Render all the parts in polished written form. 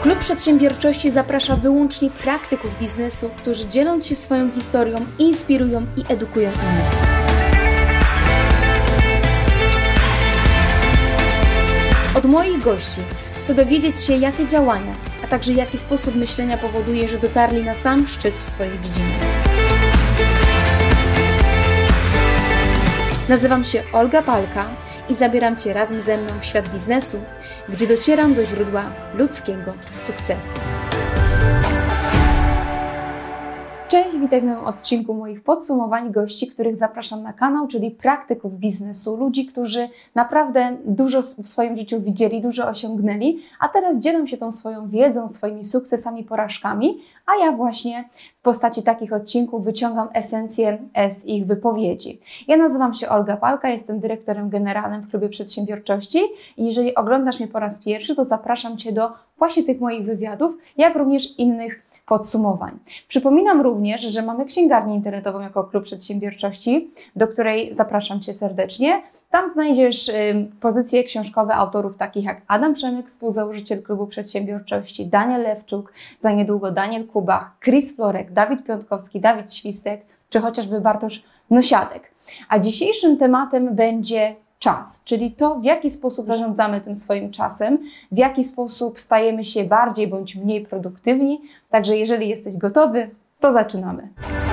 Klub Przedsiębiorczości zaprasza wyłącznie praktyków biznesu, którzy dzieląc się swoją historią, inspirują i edukują innych. Od moich gości chcę dowiedzieć się, jakie działania, a także jaki sposób myślenia powoduje, że dotarli na sam szczyt w swojej dziedzinie. Nazywam się Olga Palka i zabieram Cię razem ze mną w świat biznesu, gdzie docieram do źródła ludzkiego sukcesu. Cześć, witaj w nowym odcinku moich podsumowań gości, których zapraszam na kanał, czyli praktyków biznesu, ludzi, którzy naprawdę dużo w swoim życiu widzieli, dużo osiągnęli, a teraz dzielą się tą swoją wiedzą, swoimi sukcesami, porażkami, a ja właśnie w postaci takich odcinków wyciągam esencję z ich wypowiedzi. Ja nazywam się Olga Palka, jestem dyrektorem generalnym w Klubie Przedsiębiorczości i jeżeli oglądasz mnie po raz pierwszy, to zapraszam Cię do właśnie tych moich wywiadów, jak również innych podsumowań. Przypominam również, że mamy księgarnię internetową jako Klub Przedsiębiorczości, do której zapraszam Cię serdecznie. Tam znajdziesz pozycje książkowe autorów takich jak Adam Przemyk, współzałożyciel Klubu Przedsiębiorczości, Daniel Lewczuk, za niedługo Daniel Kubach, Chris Florek, Dawid Piątkowski, Dawid Świstek, czy chociażby Bartosz Nosiadek. A dzisiejszym tematem będzie czas, czyli to, w jaki sposób zarządzamy tym swoim czasem, w jaki sposób stajemy się bardziej bądź mniej produktywni. Także jeżeli jesteś gotowy, to zaczynamy.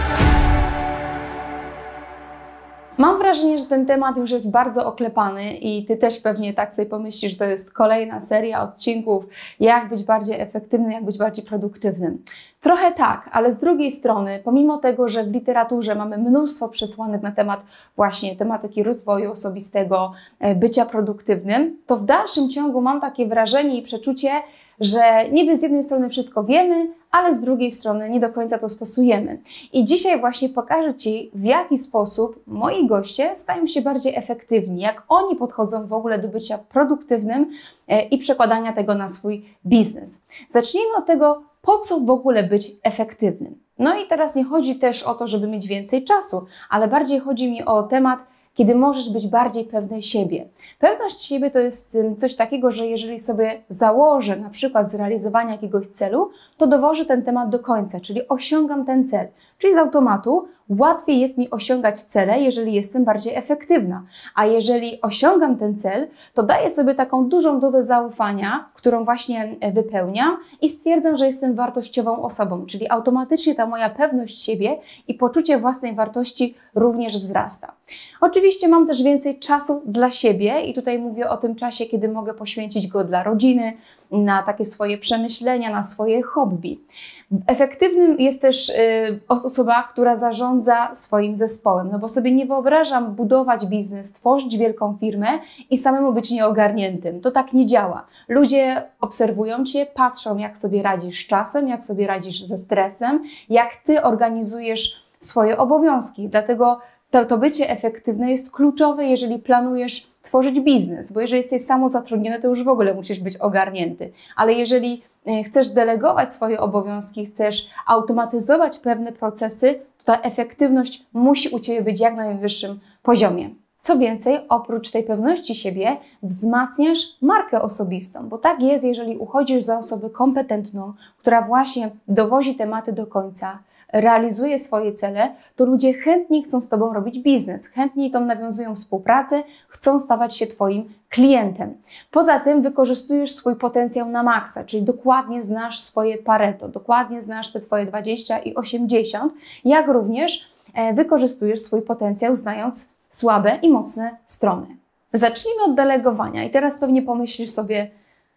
Mam wrażenie, że ten temat już jest bardzo oklepany i Ty też pewnie tak sobie pomyślisz, że to jest kolejna seria odcinków, jak być bardziej efektywnym, jak być bardziej produktywnym. Trochę tak, ale z drugiej strony, pomimo tego, że w literaturze mamy mnóstwo przesłanek na temat właśnie tematyki rozwoju osobistego, bycia produktywnym, to w dalszym ciągu mam takie wrażenie i przeczucie, że niby z jednej strony wszystko wiemy, ale z drugiej strony nie do końca to stosujemy. I dzisiaj właśnie pokażę Ci, w jaki sposób moi goście stają się bardziej efektywni, jak oni podchodzą w ogóle do bycia produktywnym i przekładania tego na swój biznes. Zacznijmy od tego, po co w ogóle być efektywnym. No i teraz nie chodzi też o to, żeby mieć więcej czasu, ale bardziej chodzi mi o temat, kiedy możesz być bardziej pewny siebie. Pewność siebie to jest coś takiego, że jeżeli sobie założę na przykład zrealizowanie jakiegoś celu, to dowożę ten temat do końca, czyli osiągam ten cel. Czyli z automatu łatwiej jest mi osiągać cele, jeżeli jestem bardziej efektywna. A jeżeli osiągam ten cel, to daję sobie taką dużą dozę zaufania, którą właśnie wypełniam i stwierdzam, że jestem wartościową osobą, czyli automatycznie ta moja pewność siebie i poczucie własnej wartości również wzrasta. Oczywiście mam też więcej czasu dla siebie i tutaj mówię o tym czasie, kiedy mogę poświęcić go dla rodziny, na takie swoje przemyślenia, na swoje hobby. Efektywnym jest też osoba, która zarządza swoim zespołem, no bo sobie nie wyobrażam budować biznes, tworzyć wielką firmę i samemu być nieogarniętym. To tak nie działa. Ludzie obserwują Cię, patrzą, jak sobie radzisz z czasem, jak sobie radzisz ze stresem, jak Ty organizujesz swoje obowiązki. Dlatego to bycie efektywne jest kluczowe, jeżeli planujesz tworzyć biznes, bo jeżeli jesteś samozatrudniony, to już w ogóle musisz być ogarnięty. Ale jeżeli chcesz delegować swoje obowiązki, chcesz automatyzować pewne procesy, to ta efektywność musi u Ciebie być jak na najwyższym poziomie. Co więcej, oprócz tej pewności siebie wzmacniasz markę osobistą, bo tak jest, jeżeli uchodzisz za osobę kompetentną, która właśnie dowozi tematy do końca, realizuje swoje cele, to ludzie chętnie chcą z Tobą robić biznes, chętniej tam nawiązują współpracę, chcą stawać się Twoim klientem. Poza tym wykorzystujesz swój potencjał na maksa, czyli dokładnie znasz swoje Pareto, dokładnie znasz te Twoje 20 i 80, jak również wykorzystujesz swój potencjał, znając słabe i mocne strony. Zacznijmy od delegowania i teraz pewnie pomyślisz sobie,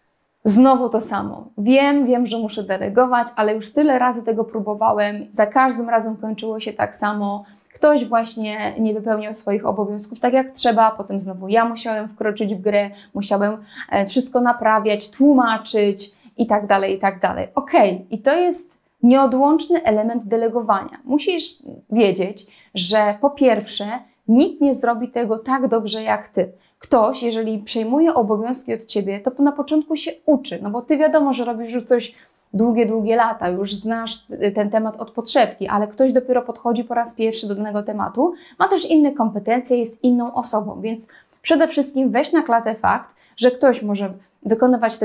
znowu to samo. Wiem, że muszę delegować, ale już tyle razy tego próbowałem. Za każdym razem kończyło się tak samo. Ktoś właśnie nie wypełniał swoich obowiązków tak jak trzeba, potem znowu ja musiałem wkroczyć w grę, musiałem wszystko naprawiać, tłumaczyć i tak dalej, i tak dalej. Okej, i to jest nieodłączny element delegowania. Musisz wiedzieć, że po pierwsze nikt nie zrobi tego tak dobrze jak Ty. Ktoś, jeżeli przejmuje obowiązki od Ciebie, to na początku się uczy, no bo Ty wiadomo, że robisz już coś długie lata, już znasz ten temat od podszewki, ale ktoś dopiero podchodzi po raz pierwszy do danego tematu, ma też inne kompetencje, jest inną osobą, więc przede wszystkim weź na klatę fakt, że ktoś może wykonywać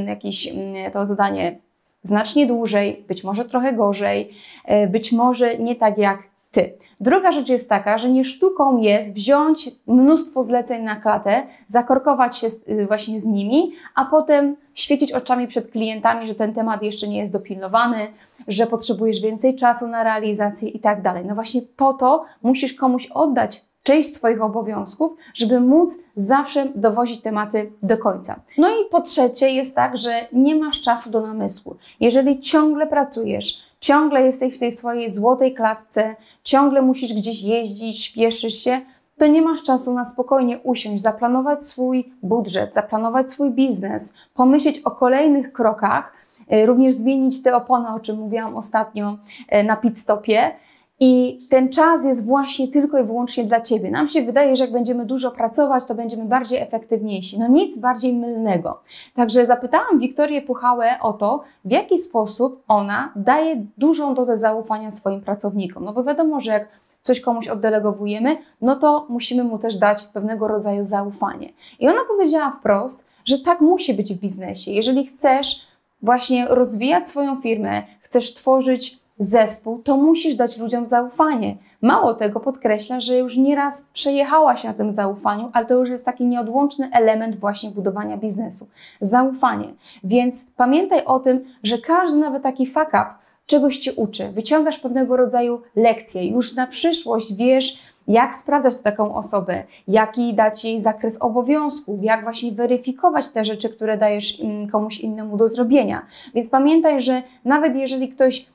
to zadanie znacznie dłużej, być może trochę gorzej, być może nie tak jak Ty. Druga rzecz jest taka, że nie sztuką jest wziąć mnóstwo zleceń na klatę, zakorkować się właśnie z nimi, a potem świecić oczami przed klientami, że ten temat jeszcze nie jest dopilnowany, że potrzebujesz więcej czasu na realizację i tak dalej. No właśnie po to musisz komuś oddać część swoich obowiązków, żeby móc zawsze dowozić tematy do końca. No i po trzecie jest tak, że nie masz czasu do namysłu. Jeżeli ciągle pracujesz, ciągle jesteś w tej swojej złotej klatce, ciągle musisz gdzieś jeździć, śpieszysz się, to nie masz czasu na spokojnie usiąść, zaplanować swój budżet, zaplanować swój biznes, pomyśleć o kolejnych krokach, również zmienić te opony, o czym mówiłam ostatnio na pit stopie. I ten czas jest właśnie tylko i wyłącznie dla Ciebie. Nam się wydaje, że jak będziemy dużo pracować, to będziemy bardziej efektywniejsi. No nic bardziej mylnego. Także zapytałam Wiktorię Puchałę o to, w jaki sposób ona daje dużą dozę zaufania swoim pracownikom. No bo wiadomo, że jak coś komuś oddelegowujemy, no to musimy mu też dać pewnego rodzaju zaufanie. I ona powiedziała wprost, że tak musi być w biznesie. Jeżeli chcesz właśnie rozwijać swoją firmę, chcesz tworzyć zespół, to musisz dać ludziom zaufanie. Mało tego, podkreśla, że już nieraz przejechała się na tym zaufaniu, ale to już jest taki nieodłączny element właśnie budowania biznesu. Zaufanie. Więc pamiętaj o tym, że każdy nawet taki fuck up czegoś Cię uczy. Wyciągasz pewnego rodzaju lekcje. Już na przyszłość wiesz, jak sprawdzać taką osobę, jaki dać jej zakres obowiązków, jak właśnie weryfikować te rzeczy, które dajesz komuś innemu do zrobienia. Więc pamiętaj, że nawet jeżeli ktoś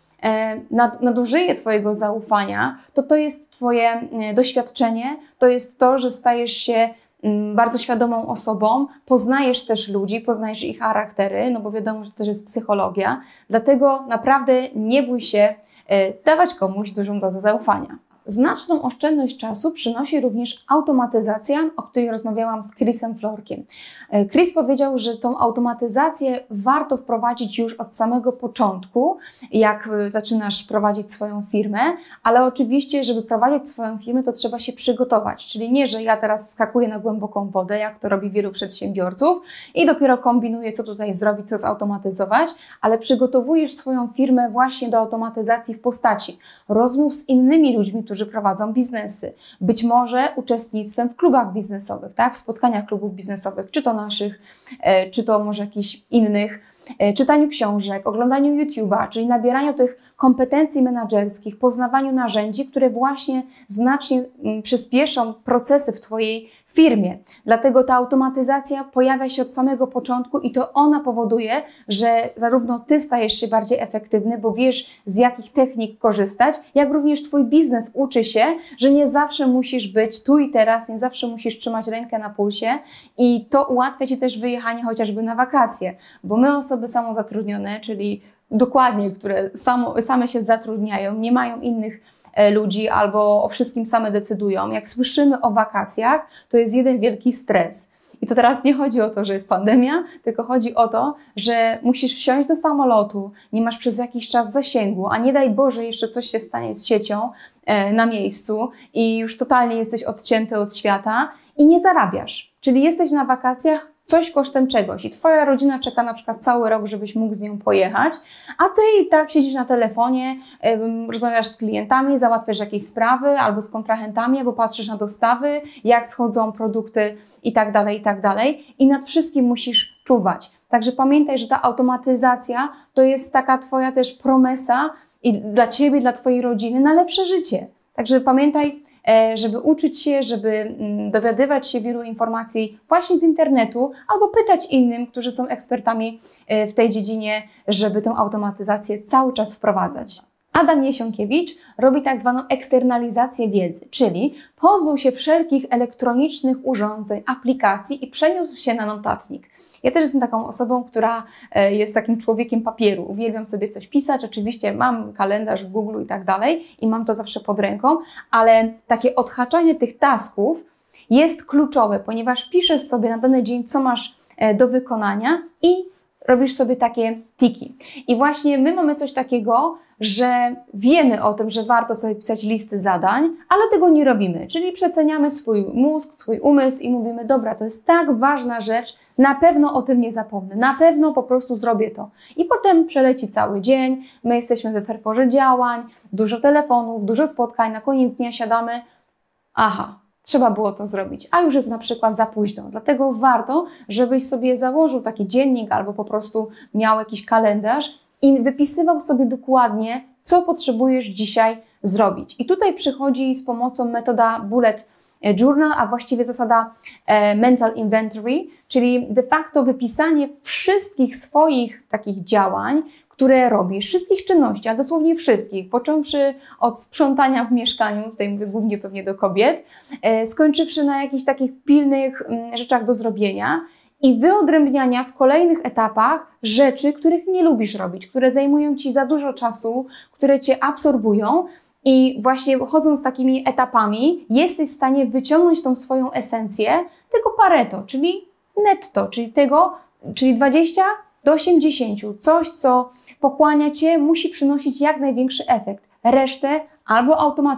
nadużyje Twojego zaufania, to jest Twoje doświadczenie, to jest to, że stajesz się bardzo świadomą osobą, poznajesz też ludzi, poznajesz ich charaktery, no bo wiadomo, że to też jest psychologia, dlatego naprawdę nie bój się dawać komuś dużą dozę zaufania. Znaczną oszczędność czasu przynosi również automatyzacja, o której rozmawiałam z Chrisem Florkiem. Chris powiedział, że tą automatyzację warto wprowadzić już od samego początku, jak zaczynasz prowadzić swoją firmę, ale oczywiście, żeby prowadzić swoją firmę, to trzeba się przygotować. Czyli nie, że ja teraz wskakuję na głęboką wodę, jak to robi wielu przedsiębiorców i dopiero kombinuję, co tutaj zrobić, co zautomatyzować, ale przygotowujesz swoją firmę właśnie do automatyzacji w postaci rozmów z innymi ludźmi, którzy prowadzą biznesy. Być może uczestnictwem w klubach biznesowych, tak? W spotkaniach klubów biznesowych, czy to naszych, czy to może jakichś innych, czytaniu książek, oglądaniu YouTube'a, czyli nabieraniu tych kompetencji menedżerskich, poznawaniu narzędzi, które właśnie znacznie przyspieszą procesy w Twojej firmie. Dlatego ta automatyzacja pojawia się od samego początku i to ona powoduje, że zarówno Ty stajesz się bardziej efektywny, bo wiesz, z jakich technik korzystać, jak również Twój biznes uczy się, że nie zawsze musisz być tu i teraz, nie zawsze musisz trzymać rękę na pulsie i to ułatwia Ci też wyjechanie chociażby na wakacje, bo my osoby samozatrudnione, czyli dokładnie, które same się zatrudniają, nie mają innych ludzi albo o wszystkim same decydują. Jak słyszymy o wakacjach, to jest jeden wielki stres. I to teraz nie chodzi o to, że jest pandemia, tylko chodzi o to, że musisz wsiąść do samolotu, nie masz przez jakiś czas zasięgu, a nie daj Boże, jeszcze coś się stanie z siecią na miejscu i już totalnie jesteś odcięty od świata i nie zarabiasz. Czyli jesteś na wakacjach, coś kosztem czegoś i Twoja rodzina czeka na przykład cały rok, żebyś mógł z nią pojechać, a Ty i tak siedzisz na telefonie, rozmawiasz z klientami, załatwiasz jakieś sprawy albo z kontrahentami, albo patrzysz na dostawy, jak schodzą produkty i tak dalej i nad wszystkim musisz czuwać. Także pamiętaj, że ta automatyzacja to jest taka Twoja też promesa i dla Ciebie, dla Twojej rodziny na lepsze życie. Także pamiętaj, żeby uczyć się, żeby dowiadywać się wielu informacji właśnie z internetu albo pytać innym, którzy są ekspertami w tej dziedzinie, żeby tę automatyzację cały czas wprowadzać. Adam Jesionkiewicz robi tak zwaną eksternalizację wiedzy, czyli pozbył się wszelkich elektronicznych urządzeń, aplikacji i przeniósł się na notatnik. Ja też jestem taką osobą, która jest takim człowiekiem papieru. Uwielbiam sobie coś pisać. Oczywiście mam kalendarz w Google i tak dalej i mam to zawsze pod ręką, ale takie odhaczanie tych tasków jest kluczowe, ponieważ piszesz sobie na dany dzień, co masz do wykonania i robisz sobie takie tiki. I właśnie my mamy coś takiego, że wiemy o tym, że warto sobie pisać listy zadań, ale tego nie robimy. Czyli przeceniamy swój mózg, swój umysł i mówimy, dobra, to jest tak ważna rzecz, Na pewno o tym nie zapomnę, na pewno po prostu zrobię to. I potem przeleci cały dzień, my jesteśmy we ferworze działań, dużo telefonów, dużo spotkań, na koniec dnia siadamy, aha, trzeba było to zrobić, a już jest na przykład za późno. Dlatego warto, żebyś sobie założył taki dziennik albo po prostu miał jakiś kalendarz i wypisywał sobie dokładnie, co potrzebujesz dzisiaj zrobić. I tutaj przychodzi z pomocą metoda Bullet Journal, a właściwie zasada Mental Inventory, czyli de facto wypisanie wszystkich swoich takich działań, które robisz, wszystkich czynności, a dosłownie wszystkich, począwszy od sprzątania w mieszkaniu, tutaj mówię głównie pewnie do kobiet, skończywszy na jakichś takich pilnych rzeczach do zrobienia i wyodrębniania w kolejnych etapach rzeczy, których nie lubisz robić, które zajmują Ci za dużo czasu, które Cię absorbują. I właśnie chodząc takimi etapami, jesteś w stanie wyciągnąć tą swoją esencję tego Pareto, czyli netto, czyli 20 do 80. Coś, co pochłania Cię, musi przynosić jak największy efekt. Resztę albo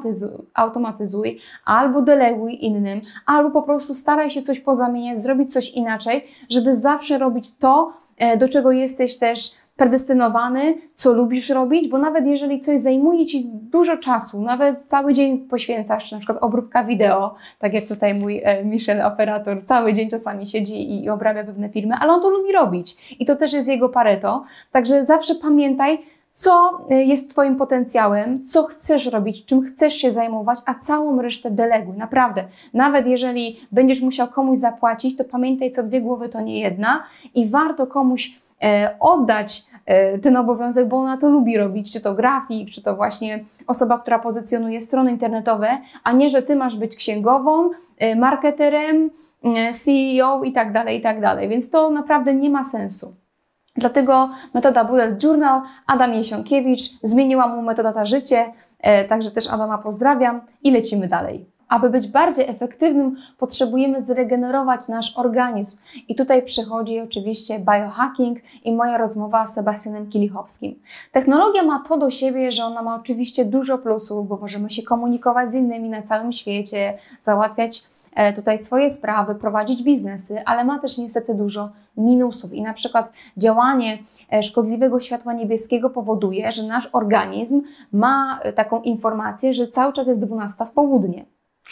automatyzuj, albo deleguj innym, albo po prostu staraj się coś pozamieniać, zrobić coś inaczej, żeby zawsze robić to, do czego jesteś też predestynowany, co lubisz robić, bo nawet jeżeli coś zajmuje Ci dużo czasu, nawet cały dzień poświęcasz, na przykład obróbka wideo, tak jak tutaj mój Michel, operator, cały dzień czasami siedzi i obrabia pewne filmy, ale on to lubi robić i to też jest jego Pareto, także zawsze pamiętaj, co jest Twoim potencjałem, co chcesz robić, czym chcesz się zajmować, a całą resztę deleguj, naprawdę. Nawet jeżeli będziesz musiał komuś zapłacić, to pamiętaj, co dwie głowy to nie jedna i warto komuś oddać ten obowiązek, bo ona to lubi robić, czy to grafik, czy to właśnie osoba, która pozycjonuje strony internetowe, a nie, że Ty masz być księgową, marketerem, CEO i tak dalej, więc to naprawdę nie ma sensu. Dlatego metoda Bullet Journal, Adam Jesionkiewicz, zmieniła mu metoda na życie, także też Adama pozdrawiam i lecimy dalej. Aby być bardziej efektywnym, potrzebujemy zregenerować nasz organizm. I tutaj przychodzi oczywiście biohacking i moja rozmowa z Sebastianem Kilichowskim. Technologia ma to do siebie, że ona ma oczywiście dużo plusów, bo możemy się komunikować z innymi na całym świecie, załatwiać tutaj swoje sprawy, prowadzić biznesy, ale ma też niestety dużo minusów. I na przykład działanie szkodliwego światła niebieskiego powoduje, że nasz organizm ma taką informację, że cały czas jest 12 w południe.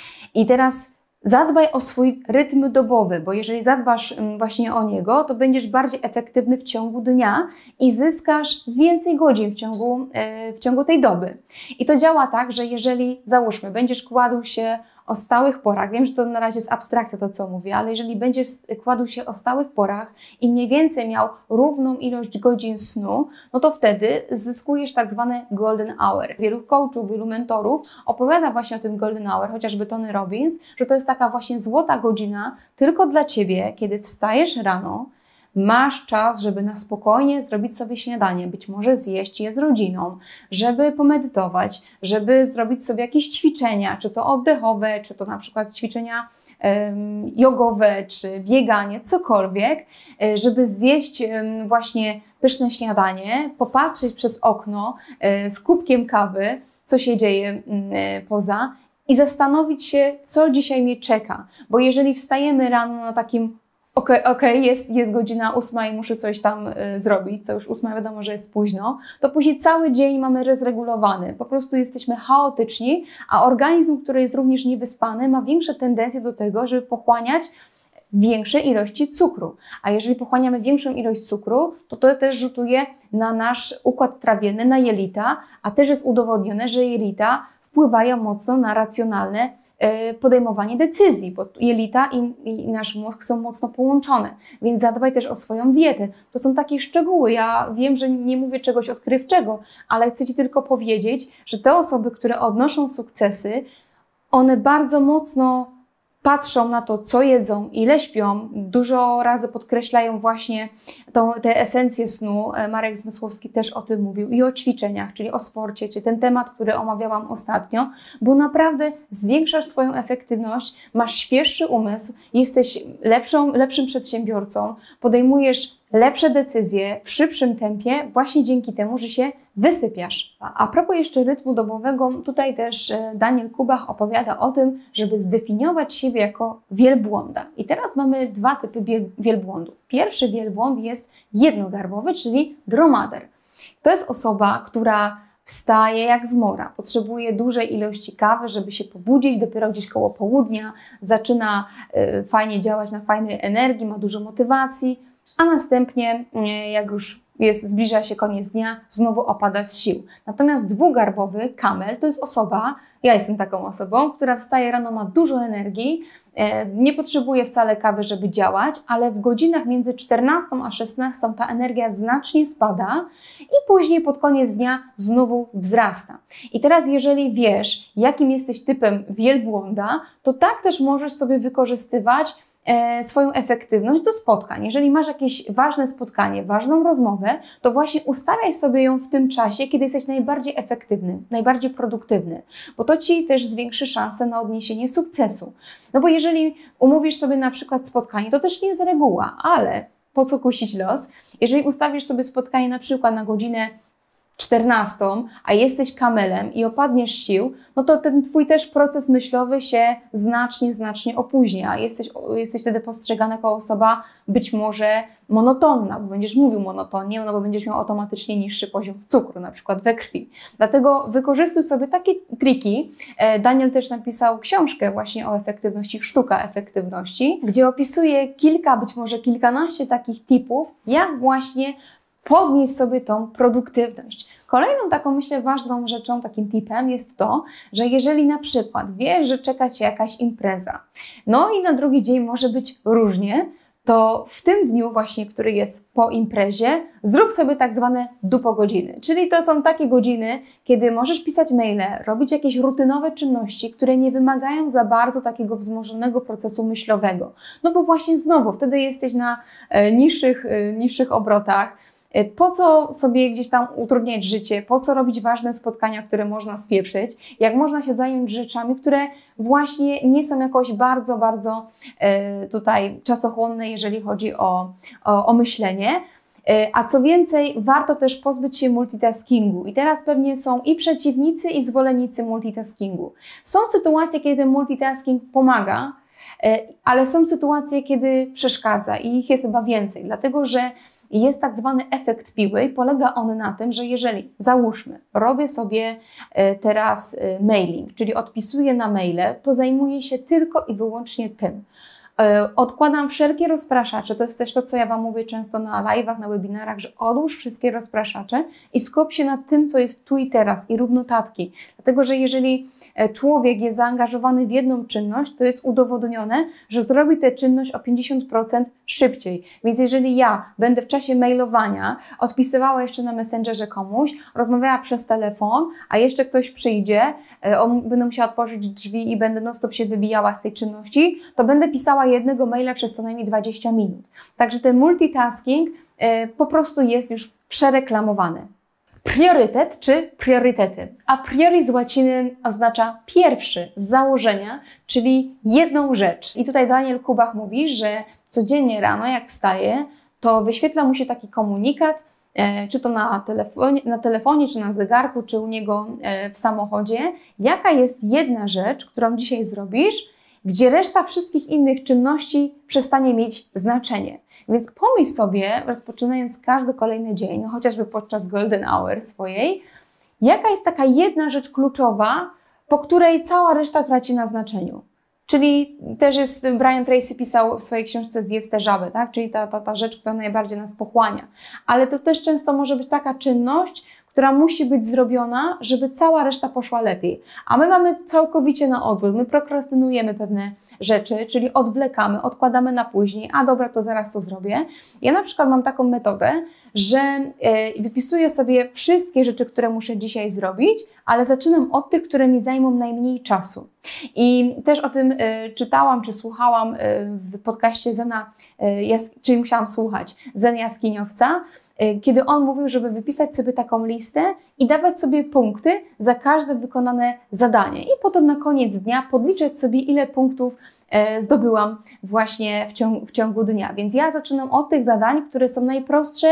I teraz zadbaj o swój rytm dobowy, bo jeżeli zadbasz właśnie o niego, to będziesz bardziej efektywny w ciągu dnia i zyskasz więcej godzin w ciągu tej doby. I to działa tak, że jeżeli, załóżmy, będziesz kładł się o stałych porach, wiem, że to na razie jest abstrakcja to, co mówię, ale jeżeli będziesz kładł się o stałych porach i mniej więcej miał równą ilość godzin snu, no to wtedy zyskujesz tak zwane golden hour. Wielu coachów, wielu mentorów opowiada właśnie o tym golden hour, chociażby Tony Robbins, że to jest taka właśnie złota godzina tylko dla Ciebie, kiedy wstajesz rano, masz czas, żeby na spokojnie zrobić sobie śniadanie, być może zjeść je z rodziną, żeby pomedytować, żeby zrobić sobie jakieś ćwiczenia, czy to oddechowe, czy to na przykład ćwiczenia jogowe, czy bieganie, cokolwiek, żeby zjeść właśnie pyszne śniadanie, popatrzeć przez okno z kubkiem kawy, co się dzieje poza i zastanowić się, co dzisiaj mnie czeka, bo jeżeli wstajemy rano na takim Okej, jest godzina 8 i muszę coś tam zrobić, co już 8 wiadomo, że jest późno, to później cały dzień mamy rozregulowany, po prostu jesteśmy chaotyczni, a organizm, który jest również niewyspany, ma większe tendencje do tego, żeby pochłaniać większe ilości cukru. A jeżeli pochłaniamy większą ilość cukru, to też rzutuje na nasz układ trawienny, na jelita, a też jest udowodnione, że jelita wpływają mocno na racjonalne podejmowanie decyzji, bo jelita i nasz mózg są mocno połączone, więc zadbaj też o swoją dietę. To są takie szczegóły. Ja wiem, że nie mówię czegoś odkrywczego, ale chcę Ci tylko powiedzieć, że te osoby, które odnoszą sukcesy, one bardzo mocno patrzą na to, co jedzą, ile śpią, dużo razy podkreślają właśnie te esencje snu. Marek Zmysłowski też o tym mówił i o ćwiczeniach, czyli o sporcie, czy ten temat, który omawiałam ostatnio, bo naprawdę zwiększasz swoją efektywność, masz świeższy umysł, jesteś lepszym przedsiębiorcą, podejmujesz lepsze decyzje w szybszym tempie właśnie dzięki temu, że się wysypiasz. A propos jeszcze rytmu dobowego, tutaj też Daniel Kubach opowiada o tym, żeby zdefiniować siebie jako wielbłąda. I teraz mamy dwa typy wielbłądów. Pierwszy wielbłąd jest jednogarbowy, czyli dromader. To jest osoba, która wstaje jak zmora, potrzebuje dużej ilości kawy, żeby się pobudzić, dopiero gdzieś koło południa zaczyna fajnie działać na fajnej energii, ma dużo motywacji, a następnie jak już zbliża się koniec dnia, znowu opada z sił. Natomiast dwugarbowy kamel to jest osoba, ja jestem taką osobą, która wstaje rano, ma dużo energii, nie potrzebuje wcale kawy, żeby działać, ale w godzinach między 14 a 16 ta energia znacznie spada i później pod koniec dnia znowu wzrasta. I teraz jeżeli wiesz, jakim jesteś typem wielbłąda, to tak też możesz sobie wykorzystywać swoją efektywność do spotkań. Jeżeli masz jakieś ważne spotkanie, ważną rozmowę, to właśnie ustawiaj sobie ją w tym czasie, kiedy jesteś najbardziej efektywny, najbardziej produktywny, bo to Ci też zwiększy szansę na odniesienie sukcesu. No bo jeżeli umówisz sobie na przykład spotkanie, to też nie jest reguła, ale po co kusić los? Jeżeli ustawisz sobie spotkanie na przykład na godzinę 14, a jesteś kamelem i opadniesz sił, no to ten Twój też proces myślowy się znacznie opóźnia. Jesteś wtedy postrzegany jako osoba być może monotonna, bo będziesz mówił monotonnie, no bo będziesz miał automatycznie niższy poziom cukru, na przykład we krwi. Dlatego wykorzystuj sobie takie triki. Daniel też napisał książkę właśnie o efektywności, Sztuka efektywności, gdzie opisuje kilka, być może kilkanaście takich tipów, jak właśnie podnieść sobie tą produktywność. Kolejną taką, myślę, ważną rzeczą, takim tipem jest to, że jeżeli na przykład wiesz, że czeka Cię jakaś impreza, no i na drugi dzień może być różnie, to w tym dniu właśnie, który jest po imprezie, zrób sobie tak zwane dupogodziny. Czyli to są takie godziny, kiedy możesz pisać maile, robić jakieś rutynowe czynności, które nie wymagają za bardzo takiego wzmożonego procesu myślowego. No bo właśnie znowu, wtedy jesteś na niższych obrotach. Po co sobie gdzieś tam utrudniać życie, po co robić ważne spotkania, które można spieprzyć, jak można się zająć rzeczami, które właśnie nie są jakoś bardzo tutaj czasochłonne, jeżeli chodzi o myślenie. A co więcej, warto też pozbyć się multitaskingu. I teraz pewnie są i przeciwnicy, i zwolennicy multitaskingu. Są sytuacje, kiedy multitasking pomaga, ale są sytuacje, kiedy przeszkadza i ich jest chyba więcej, dlatego że jest tak zwany efekt piły i polega on na tym, że jeżeli, załóżmy, robię sobie teraz mailing, czyli odpisuję na maile, to zajmuję się tylko i wyłącznie tym. Odkładam wszelkie rozpraszacze, to jest też to, co ja Wam mówię często na live'ach, na webinarach, że odłóż wszystkie rozpraszacze i skup się na tym, co jest tu i teraz i rób notatki. Dlatego, że jeżeli człowiek jest zaangażowany w jedną czynność, to jest udowodnione, że zrobi tę czynność o 50% szybciej. Więc jeżeli ja będę w czasie mailowania odpisywała jeszcze na Messengerze komuś, rozmawiała przez telefon, a jeszcze ktoś przyjdzie, będę musiała otworzyć drzwi i będę non-stop się wybijała z tej czynności, to będę pisała jednego maila przez co najmniej 20 minut. Także ten multitasking po prostu jest już przereklamowany. Priorytet czy priorytety. A priori z łaciny oznacza pierwszy z założenia, czyli jedną rzecz. I tutaj Daniel Kubach mówi, że codziennie rano jak wstaje, to wyświetla mu się taki komunikat, czy to na telefonie, czy na zegarku, czy u niego w samochodzie, jaka jest jedna rzecz, którą dzisiaj zrobisz, gdzie reszta wszystkich innych czynności przestanie mieć znaczenie. Więc pomyśl sobie, rozpoczynając każdy kolejny dzień, no chociażby podczas golden hour swojej, jaka jest taka jedna rzecz kluczowa, po której cała reszta traci na znaczeniu. Czyli też jest, Brian Tracy pisał w swojej książce Zjedz tę żabę, tak? Czyli ta rzecz, która najbardziej nas pochłania. Ale to też często może być taka czynność, która musi być zrobiona, żeby cała reszta poszła lepiej. A my mamy całkowicie na odwrót. My prokrastynujemy pewne rzeczy, czyli odwlekamy, odkładamy na później, a dobra, to zaraz to zrobię. Ja na przykład mam taką metodę, że wypisuję sobie wszystkie rzeczy, które muszę dzisiaj zrobić, ale zaczynam od tych, które mi zajmą najmniej czasu. I też o tym czytałam, czy słuchałam w podcaście czyli musiałam słuchać, Zen Jaskiniowca, kiedy on mówił, żeby wypisać sobie taką listę i dawać sobie punkty za każde wykonane zadanie. I potem na koniec dnia podliczać sobie, ile punktów zdobyłam właśnie w ciągu dnia. Więc ja zaczynam od tych zadań, które są najprostsze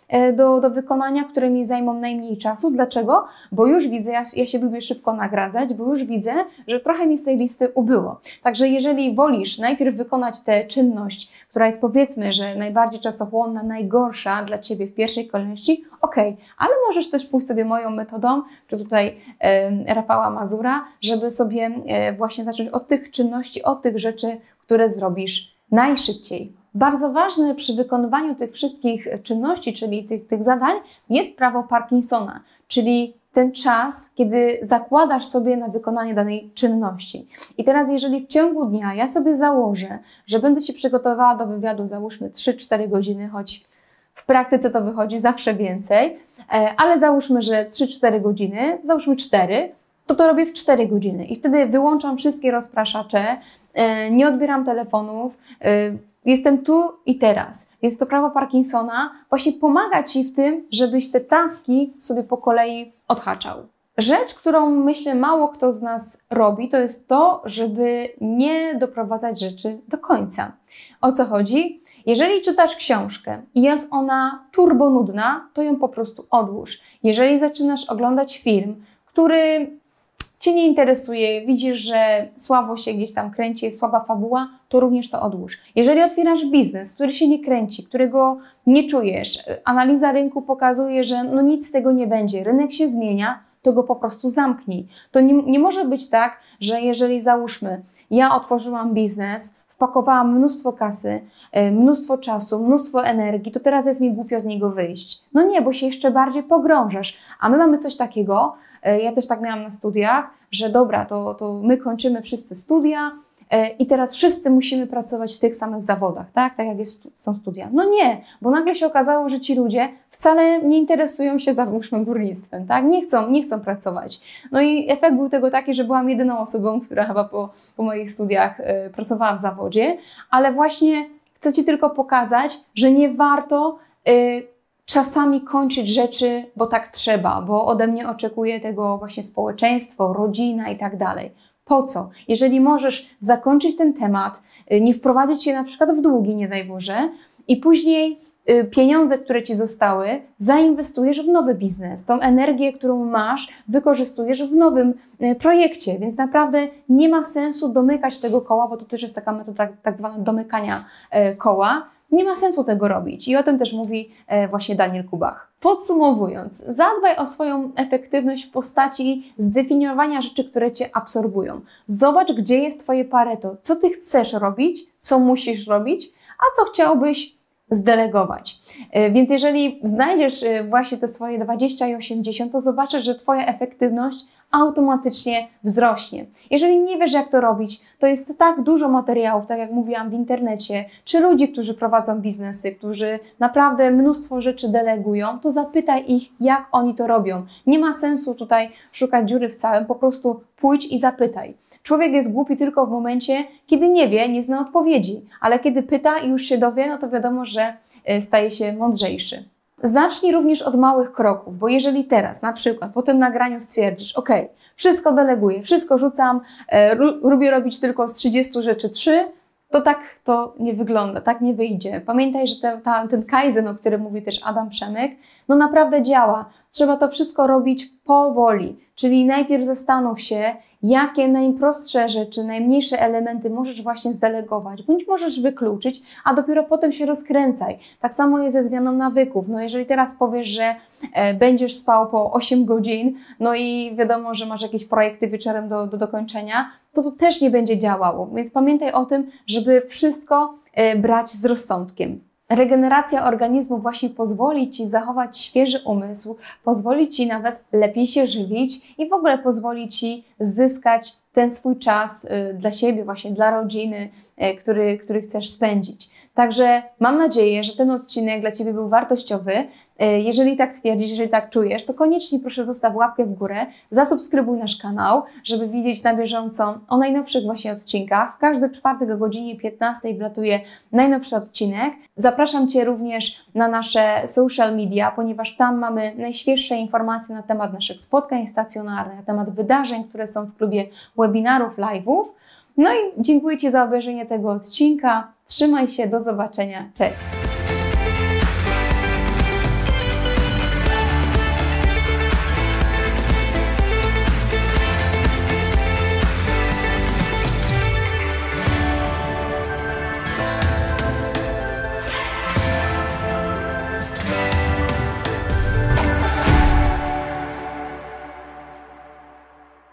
do wykonania, które mi zajmą najmniej czasu. Dlaczego? Bo już widzę, ja się lubię szybko nagradzać, bo już widzę, że trochę mi z tej listy ubyło. Także jeżeli wolisz najpierw wykonać tę czynność, która jest powiedzmy, że najbardziej czasochłonna, najgorsza dla Ciebie w pierwszej kolejności, ale możesz też pójść sobie moją metodą, czy tutaj Rafała Mazura, żeby sobie właśnie zacząć od tych czynności, od tych rzeczy, które zrobisz najszybciej. Bardzo ważne przy wykonywaniu tych wszystkich czynności, czyli tych zadań, jest prawo Parkinsona, czyli ten czas, kiedy zakładasz sobie na wykonanie danej czynności. I teraz jeżeli w ciągu dnia ja sobie założę, że będę się przygotowała do wywiadu, załóżmy 3-4 godziny, choć w praktyce to wychodzi zawsze więcej, ale załóżmy, że 3-4 godziny, załóżmy 4, to robię w 4 godziny i wtedy wyłączam wszystkie rozpraszacze, nie odbieram telefonów, jestem tu i teraz. Jest to prawo Parkinsona, właśnie pomaga Ci w tym, żebyś te taski sobie po kolei odhaczał. Rzecz, którą myślę mało kto z nas robi, to jest to, żeby nie doprowadzać rzeczy do końca. O co chodzi? Jeżeli czytasz książkę i jest ona turbo nudna, to ją po prostu odłóż. Jeżeli zaczynasz oglądać film, który Cię nie interesuje, widzisz, że słabo się gdzieś tam kręci, jest słaba fabuła, to również to odłóż. Jeżeli otwierasz biznes, który się nie kręci, którego nie czujesz, analiza rynku pokazuje, że nic z tego nie będzie, rynek się zmienia, to go po prostu zamknij. To nie może być tak, że jeżeli załóżmy, ja otworzyłam biznes, wpakowałam mnóstwo kasy, mnóstwo czasu, mnóstwo energii, to teraz jest mi głupio z niego wyjść. No nie, bo się jeszcze bardziej pogrążasz. A my mamy coś takiego, ja też tak miałam na studiach, że dobra, to my kończymy wszyscy studia i teraz wszyscy musimy pracować w tych samych zawodach, tak jak są studia. No nie, bo nagle się okazało, że ci ludzie wcale nie interesują się, załóżmy, górnictwem, tak? Nie chcą pracować. No i efekt był tego taki, że byłam jedyną osobą, która chyba po moich studiach pracowała w zawodzie, ale właśnie chcę Ci tylko pokazać, że nie warto czasami kończyć rzeczy, bo tak trzeba, bo ode mnie oczekuje tego właśnie społeczeństwo, rodzina i tak dalej. Po co? Jeżeli możesz zakończyć ten temat, nie wprowadzić się na przykład w długi, nie daj Boże, i później pieniądze, które Ci zostały, zainwestujesz w nowy biznes. Tą energię, którą masz, wykorzystujesz w nowym projekcie, więc naprawdę nie ma sensu domykać tego koła, bo to też jest taka metoda tak zwana domykania koła. Nie ma sensu tego robić i o tym też mówi właśnie Daniel Kubach. Podsumowując, zadbaj o swoją efektywność w postaci zdefiniowania rzeczy, które Cię absorbują. Zobacz, gdzie jest Twoje Pareto, co Ty chcesz robić, co musisz robić, a co chciałbyś zdelegować. Więc jeżeli znajdziesz właśnie te swoje 20 i 80, to zobaczysz, że Twoja efektywność automatycznie wzrośnie. Jeżeli nie wiesz, jak to robić, to jest tak dużo materiałów, tak jak mówiłam, w internecie, czy ludzi, którzy prowadzą biznesy, którzy naprawdę mnóstwo rzeczy delegują, to zapytaj ich, jak oni to robią. Nie ma sensu tutaj szukać dziury w całym, po prostu pójdź i zapytaj. Człowiek jest głupi tylko w momencie, kiedy nie wie, nie zna odpowiedzi, ale kiedy pyta i już się dowie, no to wiadomo, że staje się mądrzejszy. Zacznij również od małych kroków, bo jeżeli teraz na przykład po tym nagraniu stwierdzisz, ok, wszystko deleguję, wszystko rzucam, lubię robić tylko z 30 rzeczy 3, to tak to nie wygląda, tak nie wyjdzie. Pamiętaj, że ten kaizen, o którym mówi też Adam Przemyk, no naprawdę działa. Trzeba to wszystko robić powoli, czyli najpierw zastanów się, jakie najprostsze rzeczy, najmniejsze elementy możesz właśnie zdelegować, bądź możesz wykluczyć, a dopiero potem się rozkręcaj. Tak samo jest ze zmianą nawyków. No jeżeli teraz powiesz, że będziesz spał po 8 godzin, no i wiadomo, że masz jakieś projekty wieczorem do dokończenia, to też nie będzie działało. Więc pamiętaj o tym, żeby wszystko brać z rozsądkiem. Regeneracja organizmu właśnie pozwoli Ci zachować świeży umysł, pozwoli Ci nawet lepiej się żywić i w ogóle pozwoli Ci zyskać ten swój czas dla siebie, właśnie dla rodziny, który chcesz spędzić. Także mam nadzieję, że ten odcinek dla Ciebie był wartościowy. Jeżeli tak twierdzisz, jeżeli tak czujesz, to koniecznie proszę zostaw łapkę w górę, zasubskrybuj nasz kanał, żeby widzieć na bieżąco o najnowszych właśnie odcinkach. W każdy czwartek o godzinie 15 wlatuje najnowszy odcinek. Zapraszam Cię również na nasze social media, ponieważ tam mamy najświeższe informacje na temat naszych spotkań stacjonarnych, na temat wydarzeń, które są w klubie webinarów, live'ów. No i dziękuję Ci za obejrzenie tego odcinka. Trzymaj się, do zobaczenia. Cześć!